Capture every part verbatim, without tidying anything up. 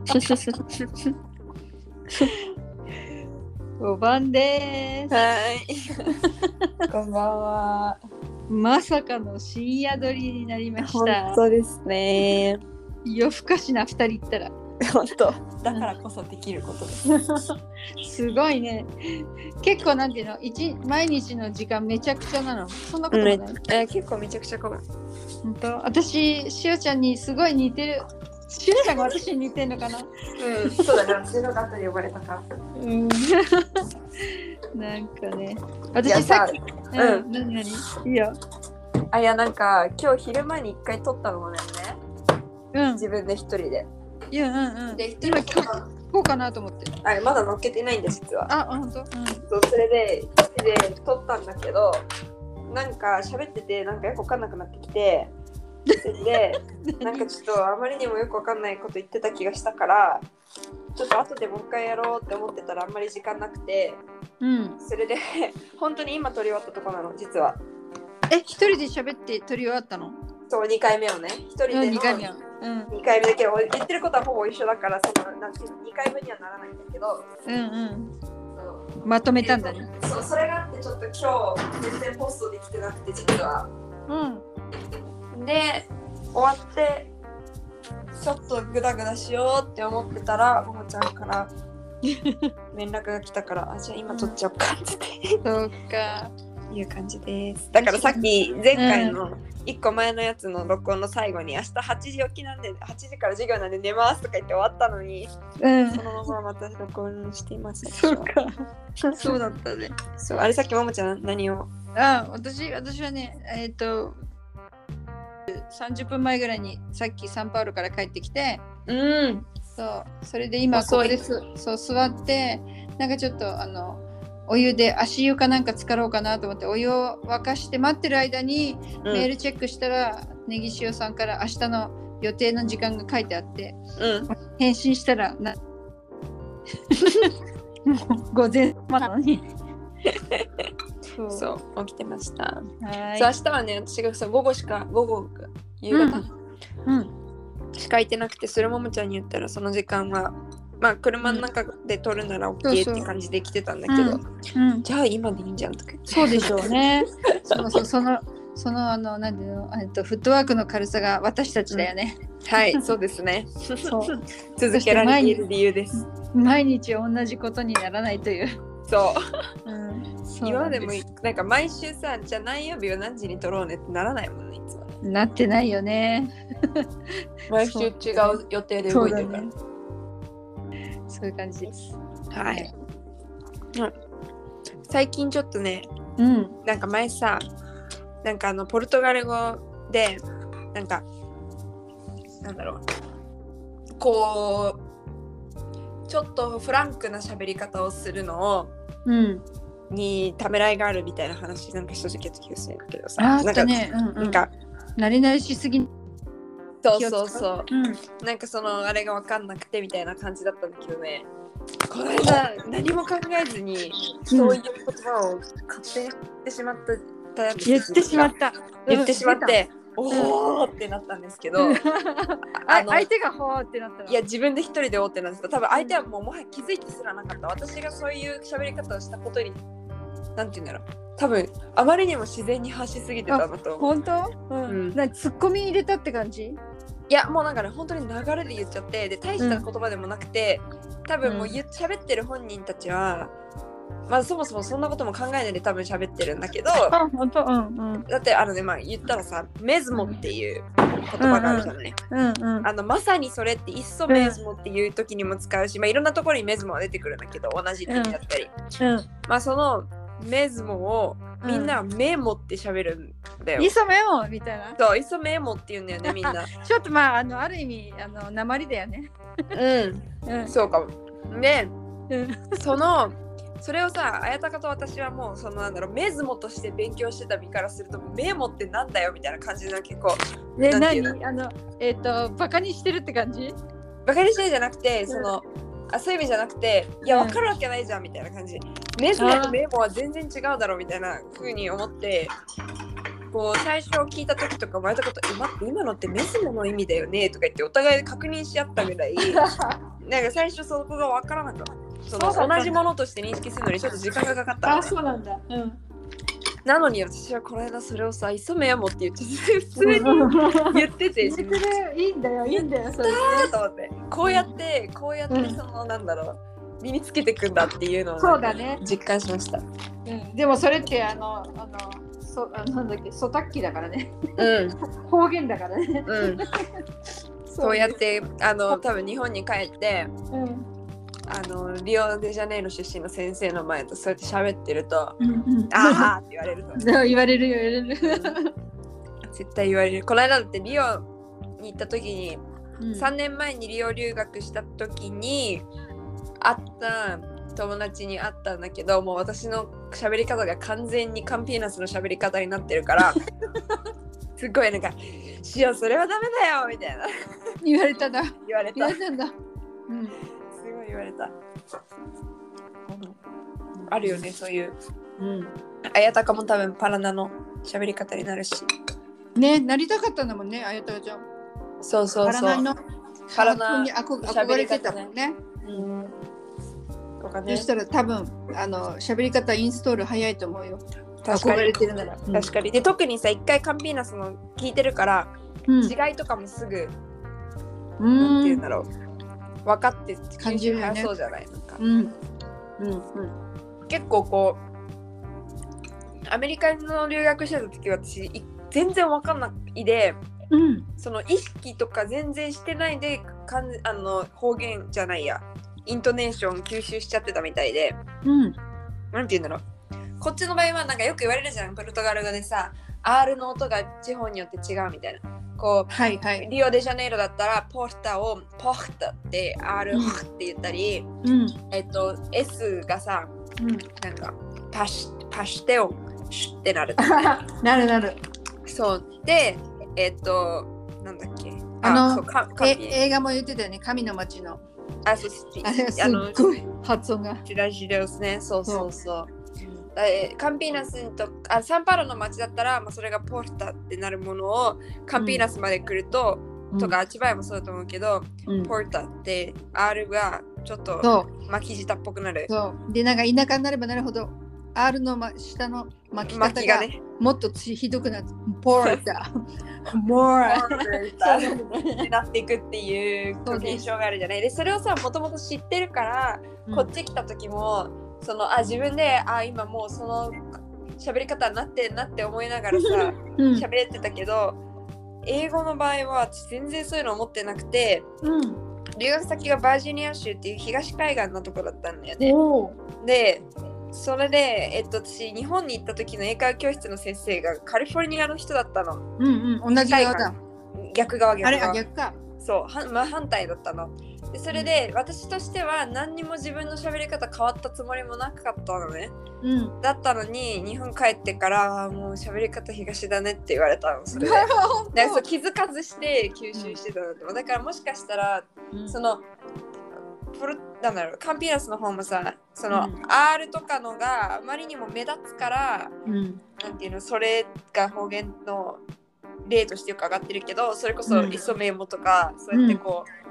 ごばんでーす。 はいこんばんは。 まさかの深夜撮りになりました。 本当ですね。 夜更かしなふたり言ったら本当だからこそできることです。 すごいね。結構なんていうの一毎日の時間めちゃくちゃなの。そんなことない、 うんえー、結構めちゃくちゃかも。 本当私しおちゃんにすごい似てる。しおちゃんが私に似てるのかな。 うんそうだね。私の方で呼ばれたか。 うんなんかね私さっきうん、何何いいよ。 あいやなんか今日昼前に一回撮ったのもね、 うん、 自分で一人で。 いやうんうん。 で今聞こうこうかなと思って。 あれまだ乗っけてないんで実は。 あ本当。うん。 そうそれで一人で撮ったんだけど、なんか喋っててなんかよくわかんなくなってきて、それでなんかちょっとあまりにもよくわかんないこと言ってた気がしたから、ちょっと後でもう一回やろうって思ってたらあんまり時間なくて、 うん。 それで本当に今撮り終わったとこなの実は。 え一人で喋って撮り終わったの？ そうにかいめをね一人でのにかいめは、うん、 にかいめだけど言ってることはほぼ一緒だからそのなんていうのにかいめにはならないんだけど、 うんうんまとめたんだね。 そうそれがあってちょっと今日全然ポストできてなくて実は。うん。で終わってちょっとグダグダしようって思ってたらももちゃんから連絡が来たからあじゃあ今撮っちゃおうかって、 うん、そうかいう感じです。だからさっき前回のいっこまえのやつの録音の最後に明日はちじ起きなんではちじから授業なんで寝ますとか言って終わったのに、うん、そのまままた録音しています。 そうかそうだったね。 そうあれさっきももちゃん何をあ私私はねえっ、ー、とさんじゅっぷんまえぐらいにさっきサンパウロから帰ってきて、 うんそうそれで今ここですそう座ってなんかちょっとあのお湯で足湯かなんか浸かろうかなと思ってお湯を沸かして待ってる間にメールチェックしたら、うん、ネギ塩さんから明日の予定の時間が書いてあって、うん、返信したらな午前まなのにそうそう起きてました。 はいそう明日はね私がそう午後しか午後夕方、うんうん、しか空いてなくてそれももちゃんに言ったらその時間はまあ車の中で撮るなら OK って感じで来てたんだけど、うんうん、じゃあ今でいいんじゃんとかそうでしょうねそうそうそのそのあの何ていうのえっとフットワークの軽さが私たちだよね、 うん、はいそうですねそう続けられている理由です。 毎日同じことにならないというそう、うん、そう今でもなんか毎週さじゃあ何曜日は何時に撮ろうねってならないもんねいつもね。 なってないよね毎週違う予定で動いてるからそういう感じです。 はい、うん、最近ちょっとね、 うん、 なんか前さなんかあのポルトガル語でなんかなんだろうこうちょっとフランクな喋り方をするのを、うん、にためらいがあるみたいな話なんか正直やった気がするんだけどさあったねなんか、うんうん、なんか慣れ慣れしすぎそうそうそう、うん、なんかそのあれが分かんなくてみたいな感じだったんだけどねこの間何も考えずにそういう言葉を勝手に言ってしまったやつ言ってしまった言ってしまって、うん、おーってなったんですけどあ相手がほーってなったのいや自分で一人でおーってなってた多分相手はもうもはや気づいてすらなかった私がそういう喋り方をしたことになんて言うんだろう多分あまりにも自然に発しすぎてたなと思う。本当？うん。うん、なツッコミ入れたって感じ？ いやもうなんかね本当に流れで言っちゃってで大した言葉でもなくて、うん、多分もう喋ってる本人たちは、まずそもそもそんなことも考えないで多分喋ってるんだけどあ本当、うんうん、 だってあのねまあ言ったらさメズモっていう言葉があるじゃない、うんうんうん、あのまさにそれっていっそメズモっていう時にも使うし、まあ、いろんなところにメズモは出てくるんだけど同じって意味だったり、うんうん、まあそのメズモをみんなはメモって喋るんだよ。 いっそメモみたいな。 そう、いっそメモって言うんだよねみんな。 ちょっとまああのある意味あの訛りだよね。 うん、うん、そうかも。で、うん、そのそれをさ、綾鷹と私はもうそのなんだろうメズモとして勉強してた身からするとメモってなんだよみたいな感じで結構。 ね、何あのえっ、ー、とバカにしてるって感じ？ バカにしてるじゃなくてその。あそういう意味じゃなくていや分かるわけないじゃんみたいな感じ、メズモとメモは全然違うだろうみたいな風に思ってこう最初聞いた時とか前とかと待って今のってメズモの意味だよねとか言ってお互いで確認し合ったぐらいなんか最初そこが分からなかった。そのそう同じものとして認識するのにちょっと時間がかかった、ね。 あ、そうなんだ。うん。 なのに私はこの間それをさ、磯目やもって言っちゃって普通に言ってて、 言ってるいいんだよいいんだよそれ。 と思ってこうやってこうやってその、うん、なんだろう身につけていくんだっていうのをそうだね実感しました。 うん、でもそれってあのあのそあなんだっけソタッキだからね。 うん。 方言だからね。 うん。そうやってあの多分日本に帰って。うん。あのリオデジャネイロ出身の先生の前とそうやって喋ってると、うんうん、あーって言われると言われる言われる、 うん、絶対言われる。この間だってリオに行った時に、うん、さんねんまえにリオ留学した時に会った友達に会ったんだけど、もう私の喋り方が完全にカンピーナスの喋り方になってるからすっごいなんかシオそれはダメだよみたいな言われたな言われた言われたんだ、うん、 すごい言われた。あるよねそういう。うん。あやたかも多分パラナの喋り方になるし。 ね、なりたかったんだもんね、あやたかちゃん。 そうそうそう。パラナのパラナに憧れてたもんね。うん。とかね。そしたら多分あの喋り方インストール早いと思うよ。 確かに。憧れてるなら。うん、確かに。で特にさ一回カンピーナスの聞いてるから、うん、違いとかもすぐ、うん、なんていうんだろう。分かって感じるよね。 そうじゃないなんか、 うんうんうん、 結構こうアメリカの留学してた時私全然分かんないで、うん、その意識とか全然してないでかんあの方言じゃないやイントネーション吸収しちゃってたみたいで、うん、なんて言うんだろうこっちの場合はなんかよく言われるじゃんポルトガル語でさ R の音が地方によって違うみたいなこう、はいはい、リオデジャネイロだったらポルタをポルタって R って言ったり、うん、えっと S がさ、うん、なんかパシパシテオシュってなる、ね、 なるなるそうでえっとなんだっけあのあそうかかえ映画も言ってたよね神の街のあそうあれすっごい発音がチラジですねそうそうそうカンピーナスとあサンパウロの街だったら、まあ、それがポルタってなるものをカンピーナスまで来ると、うん、とかアチバイもそうだと思うけど、うん、ポルタって R がちょっと巻き舌っぽくなるそうでなんか田舎になればなるほど R の、ま、下の巻き方がもっとひどくなってポルタモーってなっていくっていう現象があるじゃないでそれをさもともと知ってるから、うん、こっち来た時もそのあ自分であ今もうその喋り方になってんなって思いながらさ喋、うん、れてたけど英語の場合は全然そういうの思ってなくて、うん、留学先がバージニア州っていう東海岸のところだったんだよね。でそれで、えっと、私日本に行った時の英会話教室の先生がカリフォルニアの人だったの。 うんうん同じ側だ。 逆側逆側。 あれあ逆か。 そうは、まあ、反対だったの。でそれで、うん、私としては何にも自分の喋り方変わったつもりもなかったのね、うん、だったのに日本帰ってからもう喋り方東だねって言われたのそれででそう気づかずして吸収してたの、うん、だからもしかしたら、うん、そのプロなんだろうカンピーナスの方もさその、うん、R とかのがあまりにも目立つから、うん、なんていうのそれが方言の例としてよく上がってるけどそれこそイソメモとか、うん、そうやってこう、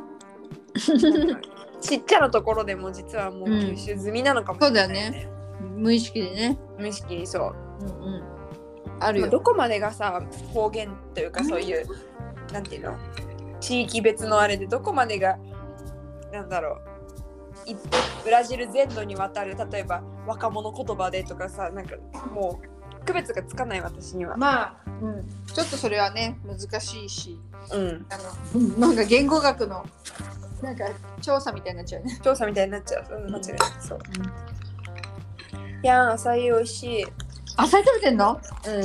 ちっちゃなところでも実はもう吸収済みなのかもしれない、ねうん、そうだよね無意識でね無意識にそう、うんうん、あるよ、まあ、どこまでがさ方言というかそういう、うん、なんていうの地域別のあれでどこまでがなんだろうブラジル全土にわたる例えば若者言葉でとかさなんかもう区別がつかない私にはまあ、うん、ちょっとそれはね難しいし、うん、あのなんか言語学のなんか調査みたいになっちゃうね調査みたいになっちゃう、うん、間違いないそう、うん、いやー浅い美味しい浅い食べてんの？ うん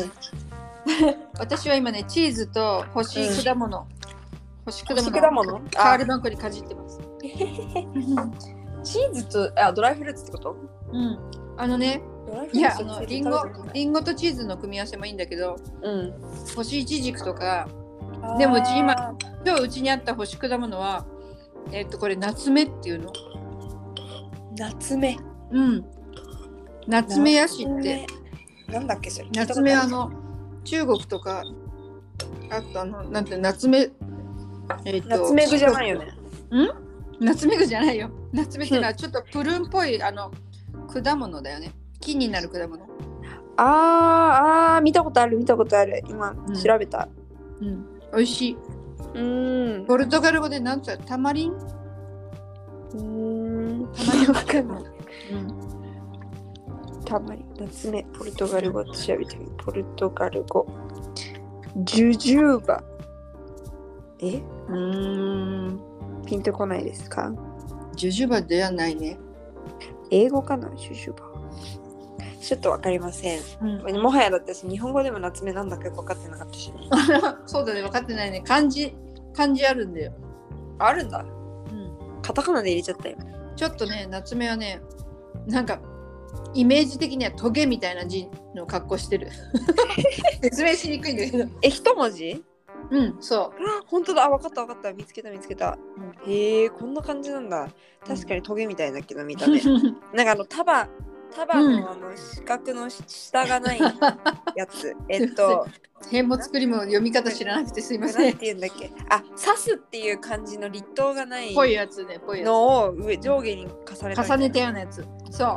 私は今ねチーズと干し果物、うん、干し果物果物カールバンコにかじってますチーズとあドライフルーツってこと？ うんあのねいやあのリンゴリンゴとチーズの組み合わせもいいんだけど、うん、干しイチジクとかでもうち今今日うちにあった干し果物はえっとこれ夏目っていうの夏目うん夏目ヤシってなんだっけそれ夏目あの中国とかあとあのなんて夏目えっと夏目具じゃないよねんナツメグじゃないよ。ナツメってのはちょっとプルーンっぽいあの果物だよね。木になる果物。 あーあー、見たことある見たことある。今、 うん、 調べた。 うん、美味しい。 うーん。 ポルトガル語でなんつうの、タマリン？ うーん。 タマリンわかんない。 うん。 たまり。夏目。ポルトガル語って調べてみる。ポルトガル語。ジュジューバ。え？ うーん。 ピンとこないですか？ ジュジュバではないね。 英語かな、ジュジュバ。ちょっとわかりません。うん、もはやだって日本語でも夏目なんだかよく分かってなかったし、ね。 そうだね、分かってないね。漢字、漢字あるんだよ。 あるんだ。 うん。 カタカナで入れちゃったよ。 ちょっとね、夏目はね、なんかイメージ的にはトゲみたいな字の格好してる。説明しにくいんだけど。 え、一文字？ うん、そう。 本当だ。あ、分かった分かった。見つけた見つけた。うん、へえ、こんな感じなんだ。確かにトゲみたいだけど見た目。なんかあの束束の、うん、あの四角の下がないやつ。えっと辺も作りも読み方知らなくてすいません。 なんて言うんだっけ。あ、刺すっていう感じの立刀がないぽいやつね、ぽいやつのを上上下に重ねた重ねたようなやつ。そう。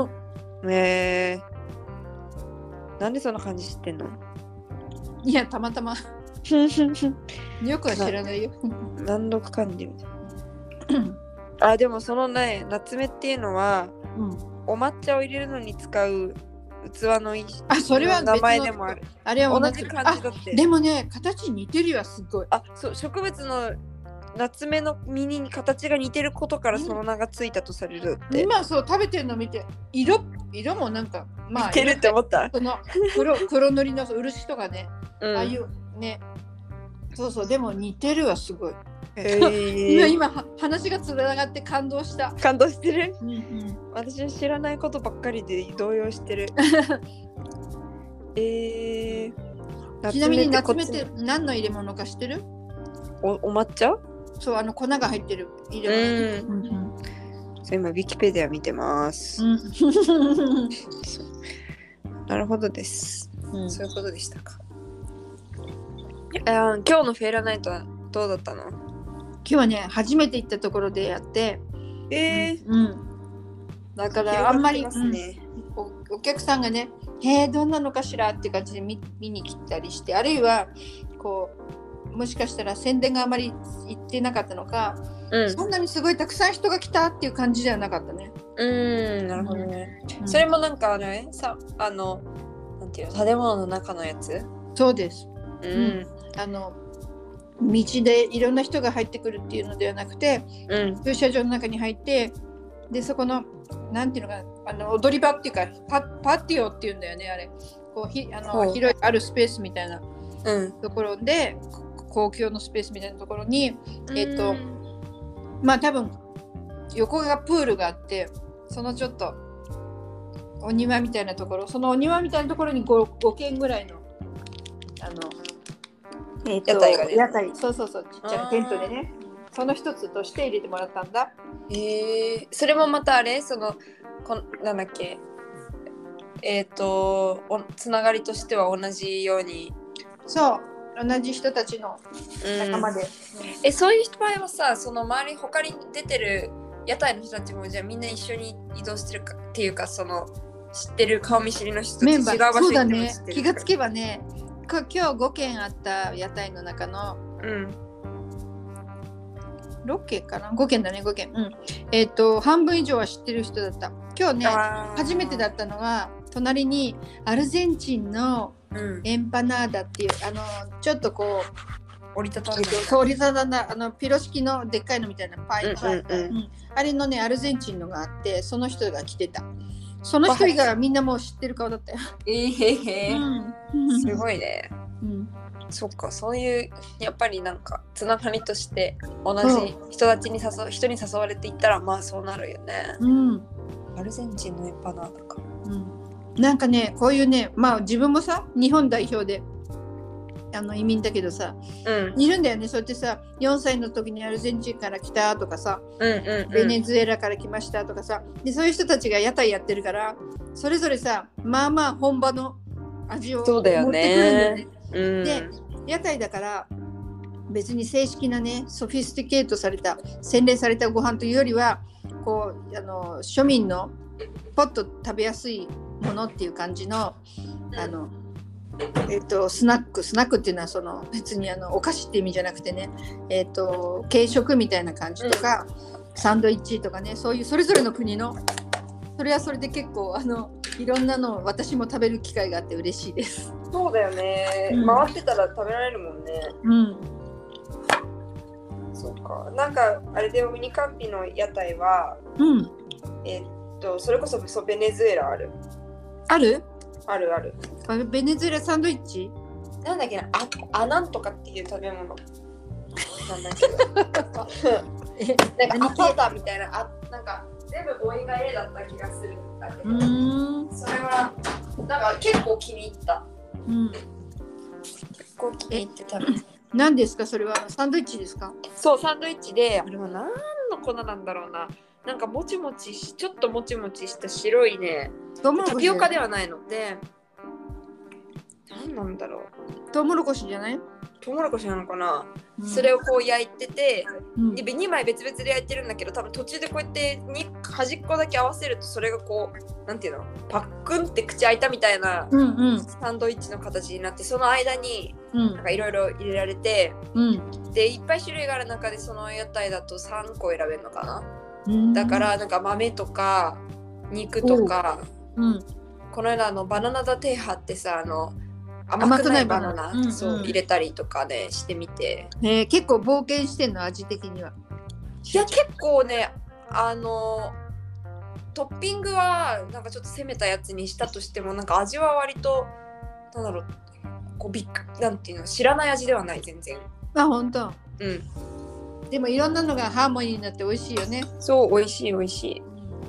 うん、へえ。なんでそんな感じ知ってんの？ いや、たまたま。よくは知らないよ。 何度か感じみたいな。あ、でもそのね、夏目っていうのは、うん、お抹茶を入れるのに使う器のあ、それは名前でもある。 あれは同じ感じだって。 でもね、形似てるよ、すごい。 あ、そう、植物の夏目の実に形が似てることからその名がついたとされるって。 今そう食べてるの見て、色色もなんかまあ似てるって思った。 その黒黒塗りの漆とかね、うん、ああいうね、そうそう、でも似てるわ、すごい。今今話がつながって感動した。 感動してる、 うんうん、 私知らないことばっかりで動揺してる。えー、ちなみに夏目って何の入れ物か知ってる？ お, お抹茶？ そう、あの粉が入ってる入れ物。うんうん、 そう、今ウィキペディア見てます。うん、なるほどです、うん、そういうことでしたか。今日のフェイラナイトはどうだったの？ 今日はね、初めて行ったところでやって、 えー、 うん、うん、だからあんまり、ね、うん、お, お客さんがね、へえ、どんなのかしらって感じで 見, 見に来たりして、あるいはこうもしかしたら宣伝があまり行ってなかったのか、うん、そんなにすごいたくさん人が来たっていう感じではなかったね。 うーん、なるほどね。うん、それもなんかね、さ、あのなんていうの、建物の中のやつ？ そうです。 うん、うん、 あの道でいろんな人が入ってくるっていうのではなくて、うん、駐車場の中に入って、でそこのなんていうのかな、あの踊り場っていうか パ, パティオっていうんだよね、あれこうひあの広いあるスペースみたいなところで、うん、公共のスペースみたいなところに、えっとまあ多分横がプールがあって、そのちょっとお庭みたいなところ、そのお庭みたいなところに 5, ごけんぐらいのあのえー、と屋台がね、 屋台、そうそうそう、ちっちゃなテントでね、その一つとして入れてもらったんだ。 へえー、それもまたあれ、そのこなんだっけ、えっ、ー、とつながりとしては同じように、 そう、同じ人たちの仲間で、うん、 え、そういう場合はさ、その周り他に出てる屋台の人たちもじゃあみんな一緒に移動してるかっていうか、その知ってる顔見知りの人と違う場所に行っても知ってる。そうだね、 気がつけばね、今日ごけんあった屋台の中の、 うん、 ろっけんかな、ごけんだね、ごけん、うん、えっ、ー、と半分以上は知ってる人だった。今日ね初めてだったのは、隣にアルゼンチンのエンパナーダっていう、うん、あのちょっとこう折りたたんだ、 折りたたんだあのピロ式のでっかいのみたいなパイパイ、うんうんうん、あれのねアルゼンチンのがあって、その人が来てた。その人以外はみんなもう知ってる顔だったよ。 えー、うん、すごいね。 うん、 そっか、そういうやっぱりなんかつながりとして同じ人たちに誘う、人に誘われていったらまあそうなるよね。 うん、 アルゼンチンのエンパナーダか。 うん、なんかね、こういうね、まあ自分もさ日本代表であの移民だけどさ、うん、いるんだよね。そうやってさ、よんさいの時にアルゼンチンから来たとかさ、 うんうんうん、 ベネズエラから来ましたとかさ、でそういう人たちが屋台やってるから、それぞれさ、まあまあ本場の味を持ってくるんだよね。 うん、 で屋台だから別に正式なねソフィスティケートされた洗練されたご飯というよりはこうあの庶民のポッと食べやすいものっていう感じのあの、えー、とスナックスナックっていうのはその別にあのお菓子って意味じゃなくてね、えー、と軽食みたいな感じとか、うん、サンドイッチとかねそういうそれぞれの国のそれはそれで結構あのいろんなのを私も食べる機会があって嬉しいです。 そうだよね、うん、回ってたら食べられるもんね。 うん。 そうか。なんかあれでウニカンピの屋台は、 うん、 えー、っとそれこそそベネズエラある。 ある？ あるある。 ベネズエラサンドイッチ？ なんだっけな、あ、アナンとかっていう食べ物なんだけど。え、なんかアパータみたいな、あ、なんか全部母音が A だった気がするんだけど、うーん、それはなんか結構気に入った。 うん。 結構気に入って食べた。 何ですかそれは？サンドイッチですか？ そう、サンドイッチで、あれは何の粉なんだろうな。なんかもちもちし、ちょっともちもちした白いね、タピオカではないので、何なんだろう。 トウモロコシじゃない？ トウモロコシなのかな、うん、それをこう焼いてて、うん、でにまい別々で焼いてるんだけど、多分途中でこうやってに端っこだけ合わせるとそれがこうなんていうの、パックンって口開いたみたいなサンドイッチの形になって、その間になんかいろいろ入れられて、うん、でいっぱい種類がある中でその屋台だとさんこ選べるのかな、うん、だからなんか豆とか肉とか、うん、この間のバナナダテーハってさ、あの甘くないバナナ、うんうん、そう入れたりとかねしてみて、 えー、結構冒険してんの？味的には。 いや結構ね、あのトッピングはなんかちょっと攻めたやつにしたとしても、なんか味は割となんだろう、こうビッグなんていうの、知らない味ではない全然。 あ、本当。 うん。 でもいろんなのがハーモニーになって美味しいよね。 そう、美味しい美味しい。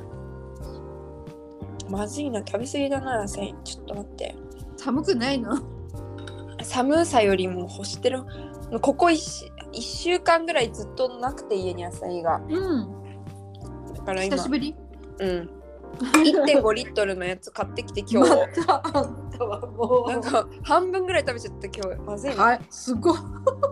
まずいな、食べ過ぎだな、ちょっと待って。 寒くないの？ 寒さよりも欲してる。ここ 1, いっしゅうかんぐらいずっとなくて、家に野菜が。うん。だから今。 久しぶり？ うん。いってんごリットルのやつ買ってきて今日。 またあんたはもう。 なんか半分ぐらい食べちゃった今日。まずいね。 はい、すごい。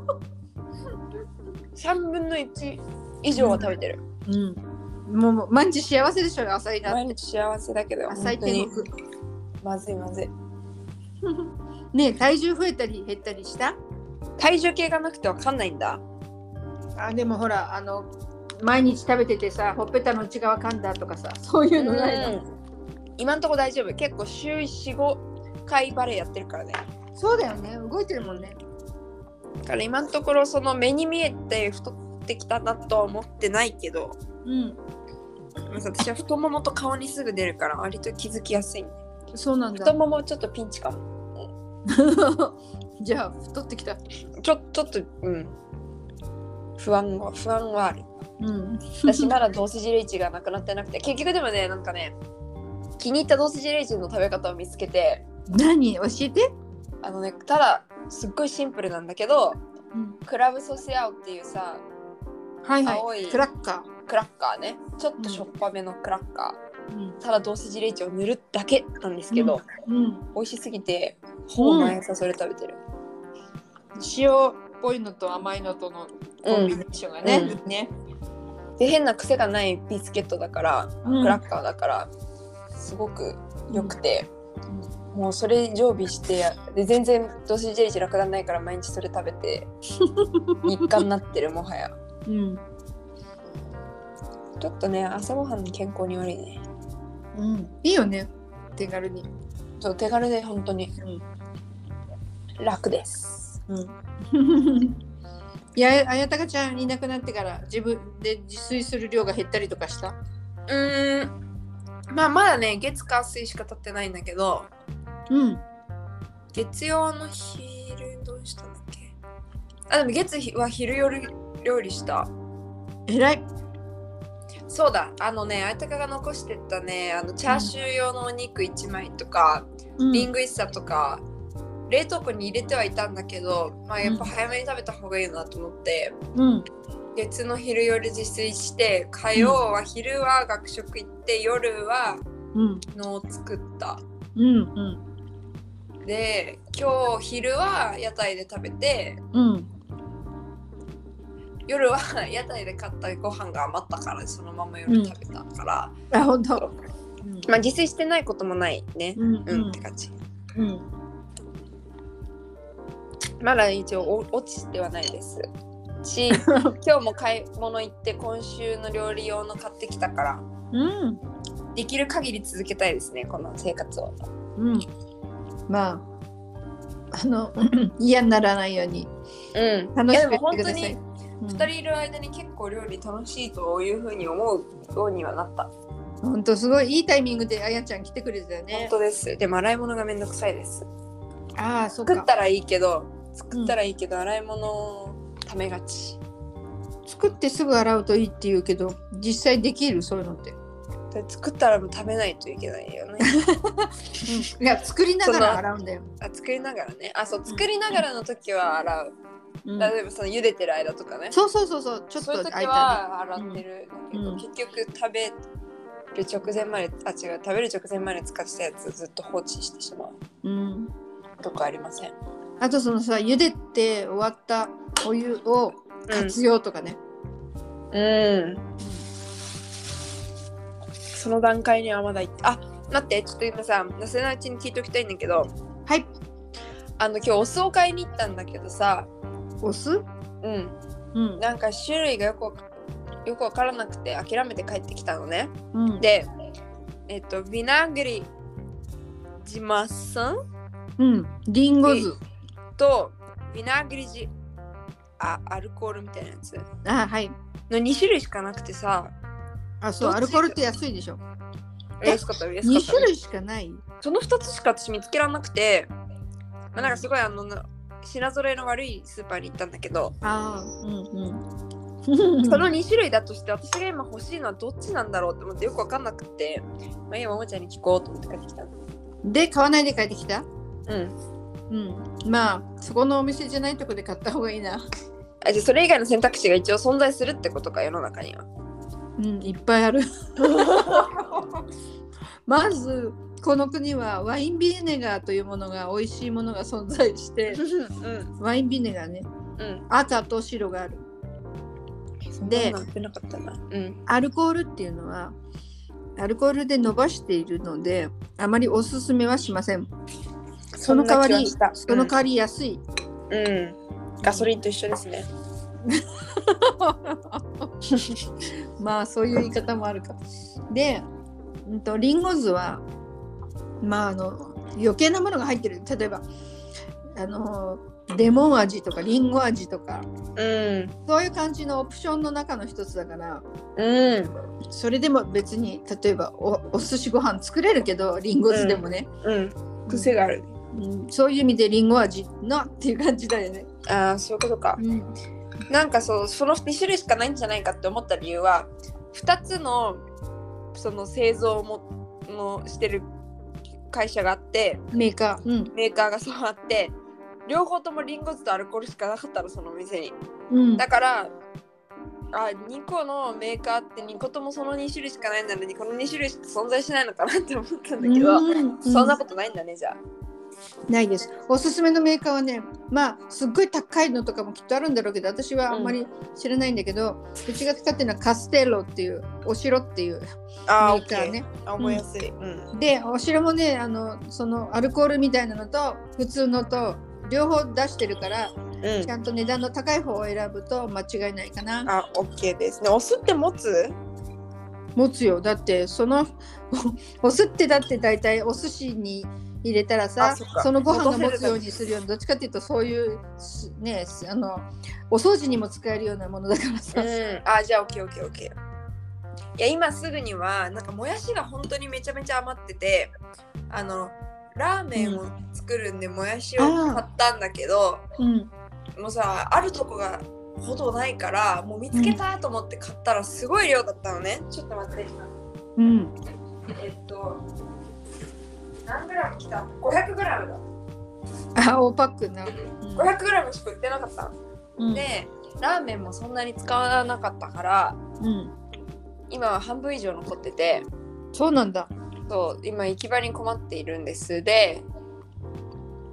さんぶんのいち以上は食べてる。 うん。うん、もう毎日幸せでしょ、野菜だって。 毎日幸せだけど。 野菜天国。 まずいまずい。 ねえ、体重増えたり減ったりした？ 体重計がなくてわかんないんだ。 あ、でもほら、あの毎日食べててさ、ほっぺたの内側かんだとかさ、そういうのないの？ 今んとこ大丈夫。結構週よん、ごかいバレエやってるからね。 そうだよね、動いてるもんね。 だから今のところその目に見えて太ってきたなとは思ってないけど、うん、私は太ももと顔にすぐ出るから割と気づきやすい。 そうなんだ。 太ももちょっとピンチかも。 じゃあ太ってきた。 ちょちょっとうん不安は不安はある。うん。私まだドースジレイチがなくなってなくて、結局でもね、なんかね、気に入ったドースジレイチの食べ方を見つけて。 何？教えて。 あのね、ただすっごいシンプルなんだけど、うん、クラブソセアオっていうさ、 はいはい、 青いクラッカークラッカーね、ちょっとしょっぱめのクラッカー、うん、ただドースジレイチを塗るだけなんですけど、うんうん、美味しすぎてほぼ毎朝それ食べてる、 うん、塩っぽいのと甘いのとのコンビネーションがね、うんうん、ねで変な癖がないビスケットだから、うん、クラッカーだからすごく良くて、うん、もうそれ常備してで全然ドースジレイチ楽なんないから毎日それ食べて日課になってるもはや、うん、ちょっとね朝ごはんの健康に悪いね。 うん、いいよね、手軽に。 そう、手軽で本当に、うん、楽です。うん。 いや、あやたかちゃんいなくなってから自分で自炊する量が減ったりとかした？ うーん、まあまだね月火水しか経ってないんだけど、うん。月曜の昼どうしたんだっけ？あ、でも月は昼夜料理した。 えらい。 そうだ、あのね、あやたかが残してったね、あのチャーシュー用のお肉いちまいとか、うん、リングイッサとか冷凍庫に入れてはいたんだけど、まあ、やっぱ早めに食べた方がいいなと思って、うん、月の昼夜自炊して火曜は昼は学食行って夜はのを作った、うんうん、で今日昼は屋台で食べて、うん、 夜は屋台で買ったご飯が余ったからそのまま夜食べたから、 うん、あ本当、 うん、まあ自炊してないこともないね、うん、うん、って感じ、うん、まだ一応落ちてはないですし今日も買い物行って今週の料理用の買ってきたから、うん、できる限り続けたいですねこの生活を、 うん、まああの嫌にならないように、うん、楽しくやってください。 ふたりいる間に結構料理楽しいというふうに思うようにはなった。 本当すごいいいタイミングであやちゃん来てくれたよね。 本当です。でも洗い物がめんどくさいです。 ああ、そうか。 作ったらいいけど作ったらいいけど、うん、洗い物をためがち。 作ってすぐ洗うといいって言うけど実際できるそういうのって。 作ったらもう食べないといけないよね、 うん、いや作りながら洗うんだよ。 あ作りながらね。あそう作りながらの時は洗う。うん、例えばその茹でてる間とかね。 そうそうそうそうちょっとそういう時は洗ってるんだけど、うん、結局食べる直前まであ違う食べる直前まで使ってたやつずっと放置してしまう、うん、とかありません。 あとそのさ茹でて終わったお湯を活用とかね。 うん、うんその段階にはまだいあ待ってちょっと今さなせなうちに聞いておきたいんだけどはいあの今日お酢を買いに行ったんだけどさお酢うん、うん、なんか種類がよくよくわからなくて諦めて帰ってきたのね、うん、でえっとビナグリジマサンうんリンゴ酢とビナグリジあアルコールみたいなやつあはいのに種類しかなくてさあそうアルコールって安いでしょ。 安かった安かったに種類しかない。 そのふたつしか私見つけられなくて、まあ、なんかすごいあの品揃えの悪いスーパーに行ったんだけどあ、うんうん、そのに種類だとして私が今欲しいのはどっちなんだろうって思ってよく分かんなくて、まあ、今ももちゃんに聞こうと思って帰ってきた。 で買わないで帰ってきた。 うんうんまあそこのお店じゃないとこで買った方がいいな。 あじゃあそれ以外の選択肢が一応存在するってことか世の中には。 うんいっぱいあるまずこの国はワインビネガーというものが美味しいものが存在して、うん、ワインビネガーね、うん、赤と白がある。でアルコールっていうのはアルコールで伸ばしているのであまりおすすめはしません。その代わりその代わり安い、 うんうん、ガソリンと一緒ですねまあそういう言い方もあるか。で、うんと、リンゴ酢はまああの余計なものが入ってる。例えばあのレモン味とかリンゴ味とか、うん、そういう感じのオプションの中の一つだから、うん、それでも別に例えば お, お寿司ご飯作れるけどリンゴ酢でもね、 うんうん、癖がある、 うん、そういう意味でリンゴ味のっていう感じだよね。 ああそういうことか、うんなんかそうそのに種類しかないんじゃないかって思った理由はふたつのその製造ものしてる会社があってメーカー、 うん、メーカーがそうあって両方ともリンゴ酢とアルコールしかなかったのそのお店に、うん、だからあにこのメーカーってにこともそのに種類しかないんだねこのに種類しか存在しないのかなって思ったんだけど、うん、そんなことないんだねじゃあ。 ないです。おすすめのメーカーはねまあすっごい高いのとかもきっとあるんだろうけど私はあんまり知らないんだけど、うん、うちが使ってるのはカステロっていうお城っていうメーカーね。 あ覚えやすい、 うん、でお城もねあのそのアルコールみたいなのと普通のと両方出してるから、うん、ちゃんと値段の高い方を選ぶと間違いないかな。 あ OK ですね。お酢って持つ持つよ。だってそのお酢ってだって大体お寿司に入れたらさ そ, そのご飯が持つようにするようにどっちかっていうとそういうねあのお掃除にも使えるようなものだからさ、うん、 あじゃあ オーケーオーケーオーケー。 いや今すぐにはなんかもやしが本当にめちゃめちゃ余っててあのラーメンを作るんでもやしを買ったんだけど、うん、もうさあるとこがほどないからもう見つけたと思って買ったらすごい量だったのね、うん、ちょっと待って、うん、えっと何グラムきた ?ごひゃくグラム だ。 あ、大パックな、うん、 ごひゃくグラムしか売ってなかった、うん、でラーメンもそんなに使わなかったから、うん、今は半分以上残ってて。 そうなんだ。 そう今行き場に困っているんです。で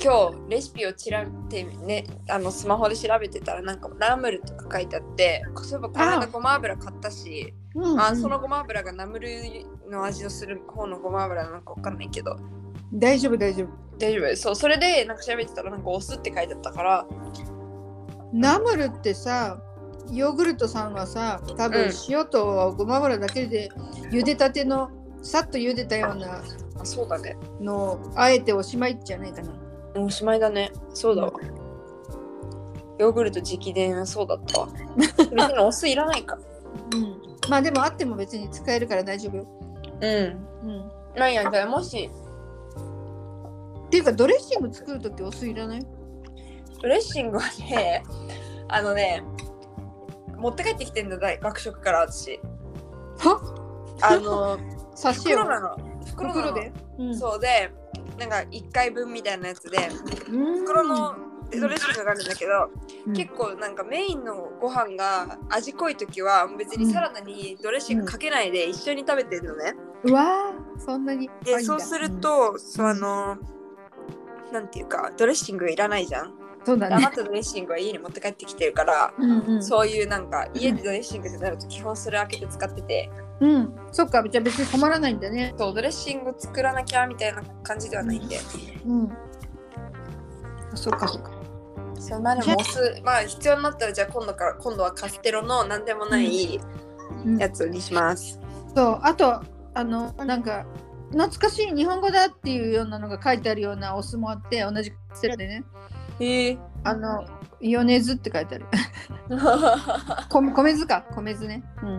今日レシピを調べてね、あのスマホで調べてたらなんかナムルとか書いてあって、そういえばこの間ごま油買ったし、 うんうん、 あそのごま油がナムルの味のする方のごま油なのかわかんないけど、 大丈夫大丈夫大丈夫。そう、それでなんか調べてたらなんかお酢って書いてあったから。 ナムルってさ、ヨーグルトさんはさ、多分塩とごま油だけで茹でたてのさっと茹でたようなあ、そうだね。 のあえておしまいじゃないかな。 おしまいだね。そうだわ。ヨーグルト直伝はそうだったわ。別にお酢いらないか。 うん。まあでもあっても別に使えるから大丈夫よ。 うん。うん。なんや、じゃあもし。 っていうかドレッシング作るときお酢いらない？ ドレッシングはね、あのね、持って帰ってきてんだ、学食から私。 は？ あの、 袋なの。袋なの。 で、 うん、そうで、なんかいっかいぶんみたいなやつで、袋のドレッシングがあるんだけど、うん、結構なんかメインのご飯が味濃いときは別にサラダにドレッシングかけないで一緒に食べてるのね。 うん、うわー、そんなに。 で、そうすると、うん、そうあの、なんていうか、ドレッシングいらないじゃん。 そうだね。 余ったドレッシングは家に持って帰ってきてるから、うんうん、そういうなんか家でドレッシングってなると基本それ開けて使ってて。 うん、そっか、じゃあ別に困らないんだね。 そう、ドレッシング作らなきゃみたいな感じではないんで。 うん。そっかそっか。 そう、まあでもお酢、まあ必要になったらじゃあ今度から今度はカステロのなんでもないやつにします。 うんうん、そう、あとあのなんか懐かしい日本語だっていうようなのが書いてあるようなお酢もあって同じカステロでね。 へえ。 あの米酢って書いてある。米, 米酢か米酢ね。うん。うん。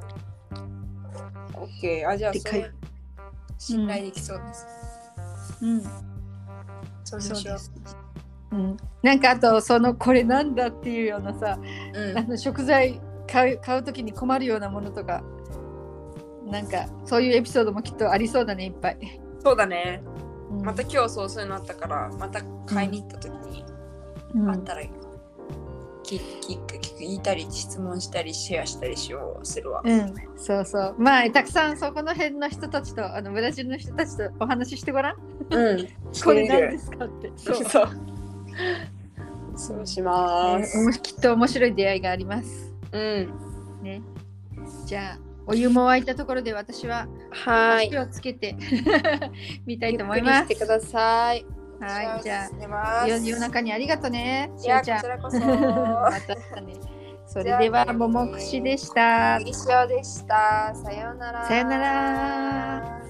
オッケー。あ、じゃあそれ信頼できそうです。 うん。うん、 そうでしょう。 うん。なんかあとそのこれなんだっていうようなさ、うん、あの食材買う買うときに困るようなものとか、なんかそういうエピソードもきっとありそうだね、いっぱい。 そうだね。うん、また今日そうそういうのあったからまた買いに行ったときに、うん、あったら聞いたり質問したりシェアしたりしようするわ。 うん、そうそう。まあたくさんそこの辺の人たちとあのブラジルの人たちとお話ししてごらん。 うん。 これ何ですかって。 そうそう。そうします、 ね。きっと面白い出会いがあります。 うん。 ね。じゃあお湯も沸いたところで私は足をつけてみたいと思います。 ゆっくりしてください。 はい、じゃあ夜中にありがとうね。 いや、こちらこそ。 またね。それではももくしでした。 以上でした。さようなら。 さようなら。